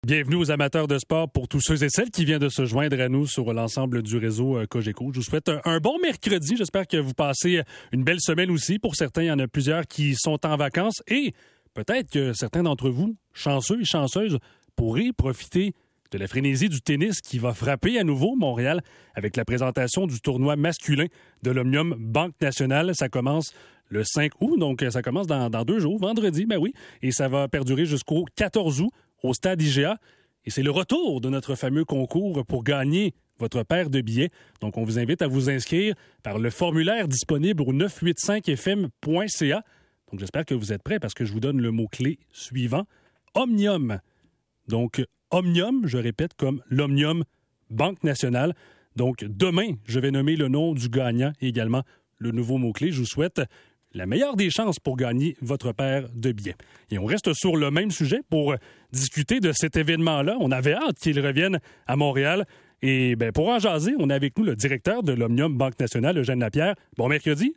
Bienvenue aux amateurs de sport pour tous ceux et celles qui viennent de se joindre à nous sur l'ensemble du réseau Cogeco. Je vous souhaite un bon mercredi. J'espère que vous passez une belle semaine aussi. Pour certains, il y en a plusieurs qui sont en vacances et peut-être que certains d'entre vous, chanceux et chanceuses, pourraient profiter de la frénésie du tennis qui va frapper à nouveau Montréal avec la présentation du tournoi masculin de l'Omnium Banque Nationale. Ça commence le 5 août, donc ça commence dans 2 jours, vendredi, ben oui, et ça va perdurer jusqu'au 14 août au stade IGA. Et c'est le retour de notre fameux concours pour gagner votre paire de billets. Donc, on vous invite à vous inscrire par le formulaire disponible au 985fm.ca. Donc, j'espère que vous êtes prêts parce que je vous donne le mot-clé suivant. Omnium. Donc, Omnium, je répète, comme l'Omnium Banque Nationale. Donc, demain, je vais nommer le nom du gagnant et également le nouveau mot-clé. Je vous souhaite la meilleure des chances pour gagner votre paire de billets. Et on reste sur le même sujet pour discuter de cet événement-là. On avait hâte qu'il revienne à Montréal. Et bien, pour en jaser, on est avec nous le directeur de l'Omnium Banque Nationale, Eugène Lapierre. Bon mercredi.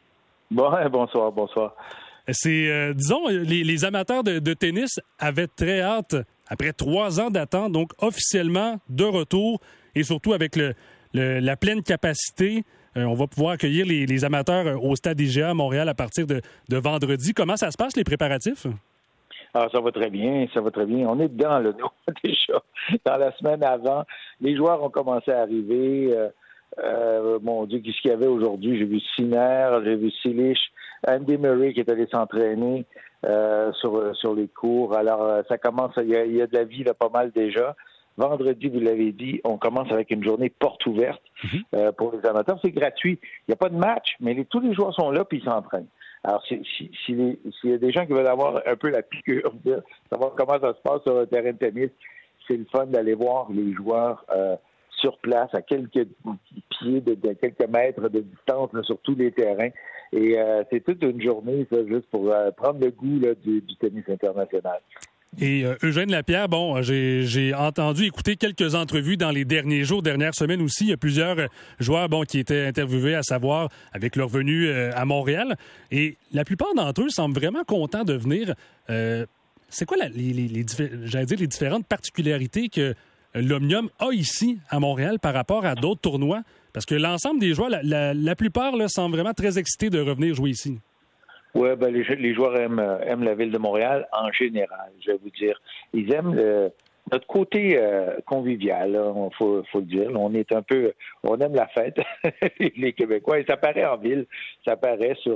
Bonsoir. C'est, disons, les amateurs de tennis avaient très hâte, après 3 ans d'attente, donc officiellement de retour, et surtout avec la pleine capacité. On va pouvoir accueillir les amateurs au stade IGA à Montréal à partir de vendredi. Comment ça se passe, les préparatifs? Ça va très bien. On est dedans, là, nous, déjà. Dans la semaine avant, les joueurs ont commencé à arriver. Mon Dieu, qu'est-ce qu'il y avait aujourd'hui? J'ai vu Sinner, j'ai vu Silic, Andy Murray qui est allé s'entraîner sur les cours. Alors, ça commence, il y a de la vie là, pas mal déjà. Vendredi, vous l'avez dit, on commence avec une journée porte ouverte pour les amateurs. C'est gratuit. Il n'y a pas de match, mais tous les joueurs sont là puis ils s'entraînent. Alors, s'il y a des gens qui veulent avoir un peu la piqûre de savoir comment ça se passe sur un terrain de tennis, c'est le fun d'aller voir les joueurs sur place, à quelques pieds, de quelques mètres de distance là, sur tous les terrains. Et c'est toute une journée, ça, juste pour prendre le goût là, du tennis international. Et Eugène Lapierre, bon, j'ai entendu écouter quelques entrevues dans les derniers jours, dernières semaines aussi. Il y a plusieurs joueurs qui étaient interviewés, à savoir avec leur venue à Montréal. Et la plupart d'entre eux semblent vraiment contents de venir. C'est quoi les différentes particularités que l'Omnium a ici à Montréal par rapport à d'autres tournois? Parce que l'ensemble des joueurs, la plupart là, semblent vraiment très excités de revenir jouer ici. Oui, les joueurs aiment la ville de Montréal en général, je vais vous dire. Ils aiment notre côté convivial, il faut le dire. On aime la fête, les Québécois, et ça paraît en ville, ça paraît sur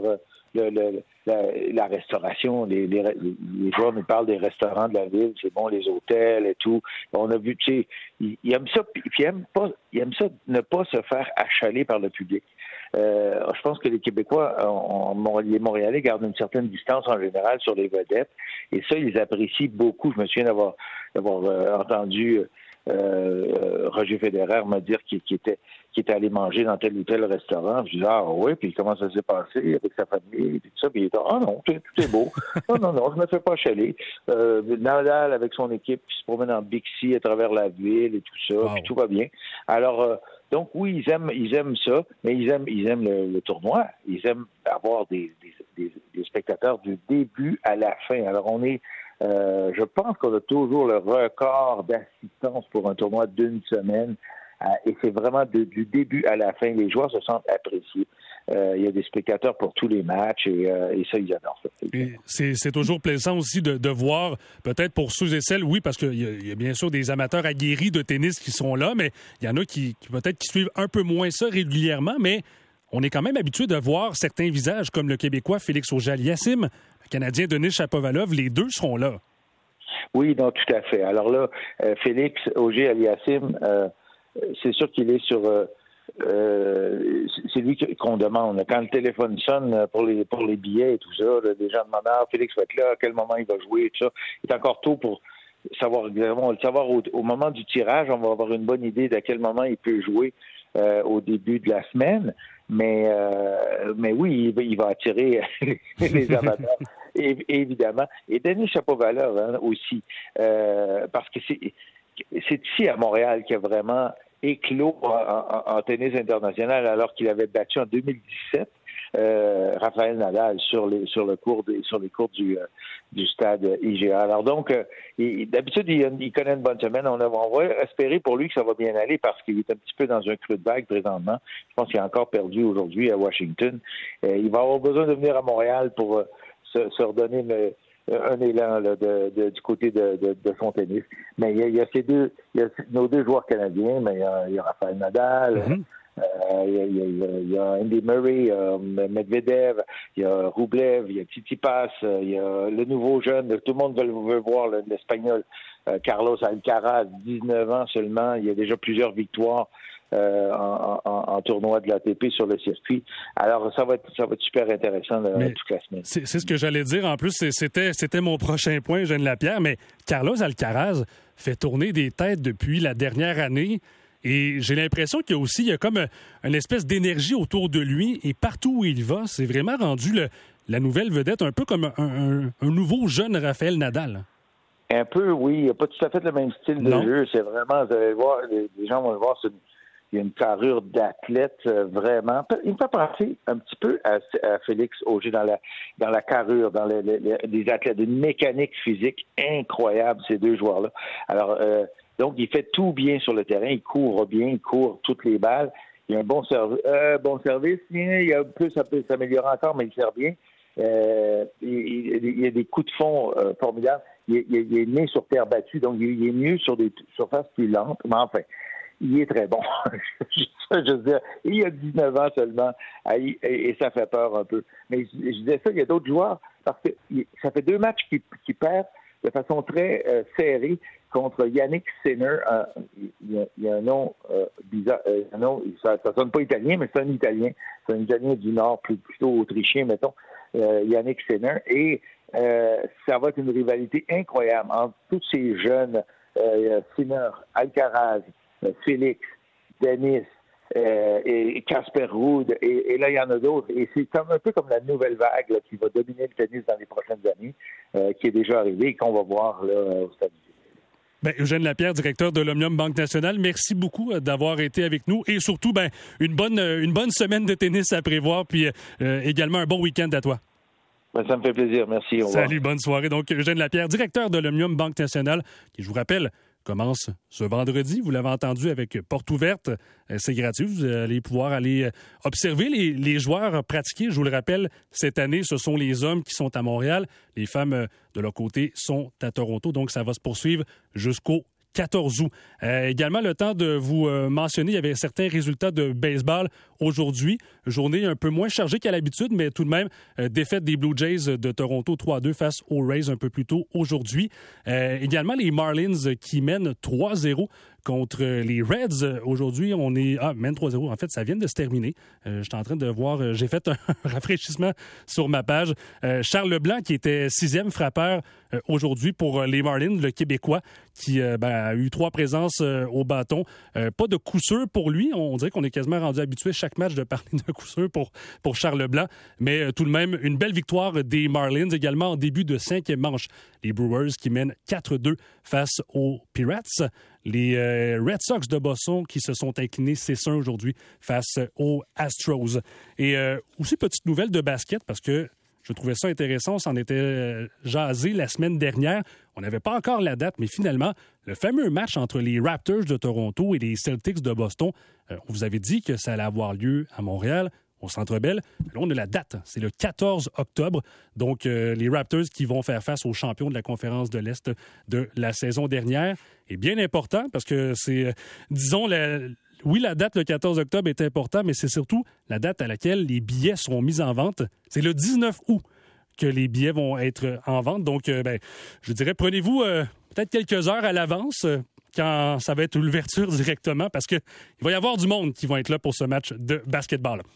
la restauration. Les joueurs nous parlent des restaurants de la ville, c'est bon, les hôtels et tout. On a vu, tu sais, ils aiment ça, puis ils aiment ça ne pas se faire achaler par le public. Je pense que les Québécois, les Montréalais gardent une certaine distance en général sur les vedettes, et ça, ils apprécient beaucoup. Je me souviens d'avoir entendu Roger Federer me dire qu'il était allé manger dans tel ou tel restaurant. Je dis oui, puis comment ça s'est passé avec sa famille, puis tout ça, puis il était non, tout est beau. non, je me fais pas chaler. Nadal avec son équipe qui se promène en Bixi à travers la ville et tout ça, wow. Puis tout va bien. Alors donc oui, ils aiment ça, mais ils aiment le tournoi. Ils aiment avoir des spectateurs du début à la fin. Alors je pense qu'on a toujours le record d'assistance pour un tournoi d'1 semaine. Et c'est vraiment du début à la fin. Les joueurs se sentent appréciés. Il y a des spectateurs pour tous les matchs et ça, ils adorent ça. C'est toujours plaisant aussi de voir, peut-être pour ceux et celles, oui, parce qu'il y a bien sûr des amateurs aguerris de tennis qui sont là, mais il y en a qui peut-être qui suivent un peu moins ça régulièrement, mais on est quand même habitué de voir certains visages comme le Québécois Félix Auger-Aliassime, le Canadien Denis Shapovalov, les deux seront là. Oui, non, tout à fait. Alors là, Félix Auger-Aliassime, c'est sûr qu'il est sur... c'est lui qu'on demande. Quand le téléphone sonne pour les billets et tout ça, là, les gens demandent Félix va être là, à quel moment il va jouer, tout ça. Il est encore tôt pour savoir exactement. On va le savoir au moment du tirage, on va avoir une bonne idée d'à quel moment il peut jouer au début de la semaine. Mais oui, il va attirer les amateurs, évidemment. Et Denis Shapovalov aussi, parce que c'est ici à Montréal qu'il y a vraiment éclos en tennis international alors qu'il avait battu en 2017 Rafael Nadal sur les cours du stade IGA. Alors donc, d'habitude, il connaît une bonne semaine. On va espérer pour lui que ça va bien aller parce qu'il est un petit peu dans un creux de vague présentement. Je pense qu'il a encore perdu aujourd'hui à Washington. Il va avoir besoin de venir à Montréal pour se redonner un élan là, du côté de son tennis. Mais il y a nos deux joueurs canadiens, mais il y a Rafael Nadal. Mm-hmm. Il y a Andy Murray, Medvedev, il y a Rublev, il y a Tsitsipas, il y a le nouveau jeune, tout le monde veut voir l'Espagnol, Carlos Alcaraz, 19 ans seulement, il y a déjà plusieurs victoires en tournoi de l'ATP sur le circuit. Alors, ça va être super intéressant toute la semaine. C'est ce que j'allais dire. En plus, c'était mon prochain point, Eugène Lapierre, mais Carlos Alcaraz fait tourner des têtes depuis la dernière année. Et j'ai l'impression qu'il y a comme une espèce d'énergie autour de lui. Et partout où il va, c'est vraiment rendu la nouvelle vedette, un peu comme un nouveau jeune Rafael Nadal. Un peu, oui. Il n'a pas tout à fait le même style de jeu. C'est vraiment, vous allez voir, les gens vont le voir, il y a une carrure d'athlète vraiment. Il me fait penser un petit peu à Félix Auger dans la carrure, dans les athlètes, une mécanique physique incroyable, ces deux joueurs-là. Alors, donc, il fait tout bien sur le terrain. Il court bien, il court toutes les balles. Il a un bon service. Il ça peut s'améliorer encore, mais il sert bien. Il y a des coups de fond formidables. Il est né sur terre battue, donc il est mieux sur des surfaces plus lentes. Mais enfin, il est très bon. Je veux dire, il a 19 ans seulement et ça fait peur un peu. Mais je disais ça, il y a d'autres joueurs parce que ça fait 2 matchs qui perdent de façon très serrée contre Yannick Sinner. Il y a un nom bizarre. Ça sonne pas italien, mais c'est un Italien. C'est un Italien du Nord, plutôt autrichien, mettons, Yannick Sinner. Et ça va être une rivalité incroyable entre tous ces jeunes, Sinner, Alcaraz, Félix, Denis et Casper Ruud, et là, il y en a d'autres. Et c'est un peu comme la nouvelle vague là, qui va dominer le tennis dans les prochaines années, qui est déjà arrivée et qu'on va voir là, au stade. Eugène Lapierre, directeur de l'Omnium Banque Nationale, merci beaucoup d'avoir été avec nous et surtout une bonne semaine de tennis à prévoir, puis également un bon week-end à toi. Ça me fait plaisir. Merci. Au revoir. Salut, bonne soirée. Donc, Eugène Lapierre, directeur de l'Omnium Banque Nationale, qui, je vous rappelle, commence ce vendredi. Vous l'avez entendu avec Porte ouverte. C'est gratuit. Vous allez pouvoir aller observer les joueurs pratiquer. Je vous le rappelle, cette année, ce sont les hommes qui sont à Montréal. Les femmes, de leur côté, sont à Toronto. Donc, ça va se poursuivre jusqu'au 14 août. Également, le temps de vous mentionner, il y avait certains résultats de baseball aujourd'hui. Journée un peu moins chargée qu'à l'habitude, mais tout de même, défaite des Blue Jays de Toronto 3-2 face aux Rays un peu plus tôt aujourd'hui. Également, les Marlins qui mènent 3-0 contre les Reds. Aujourd'hui, on est... mène 3-0. En fait, ça vient de se terminer. Je suis en train de voir... J'ai fait un rafraîchissement sur ma page. Charles Leblanc, qui était 6e frappeur aujourd'hui pour les Marlins, le Québécois, qui a eu 3 présences au bâton. Pas de coup sûr pour lui. On dirait qu'on est quasiment rendu habitué chaque match de parler d'un coup sûr pour Charles Leblanc. Mais tout de même, une belle victoire des Marlins également en début de 5e manche. Les Brewers qui mènent 4-2 face aux Pirates. Les Red Sox de Boston qui se sont inclinés 6-1 aujourd'hui face aux Astros. Et aussi, petite nouvelle de basket, parce que je trouvais ça intéressant. On s'en était jasé la semaine dernière. On n'avait pas encore la date, mais finalement, le fameux match entre les Raptors de Toronto et les Celtics de Boston, on vous avait dit que ça allait avoir lieu à Montréal, au Centre Bell. Là, on a la date. C'est le 14 octobre. Donc, les Raptors qui vont faire face aux champions de la Conférence de l'Est de la saison dernière est bien important parce que c'est, disons, oui, la date, le 14 octobre, est importante, mais c'est surtout la date à laquelle les billets seront mis en vente. C'est le 19 août que les billets vont être en vente. Donc, je dirais, prenez-vous peut-être quelques heures à l'avance quand ça va être l'ouverture directement parce qu'il va y avoir du monde qui va être là pour ce match de basketball.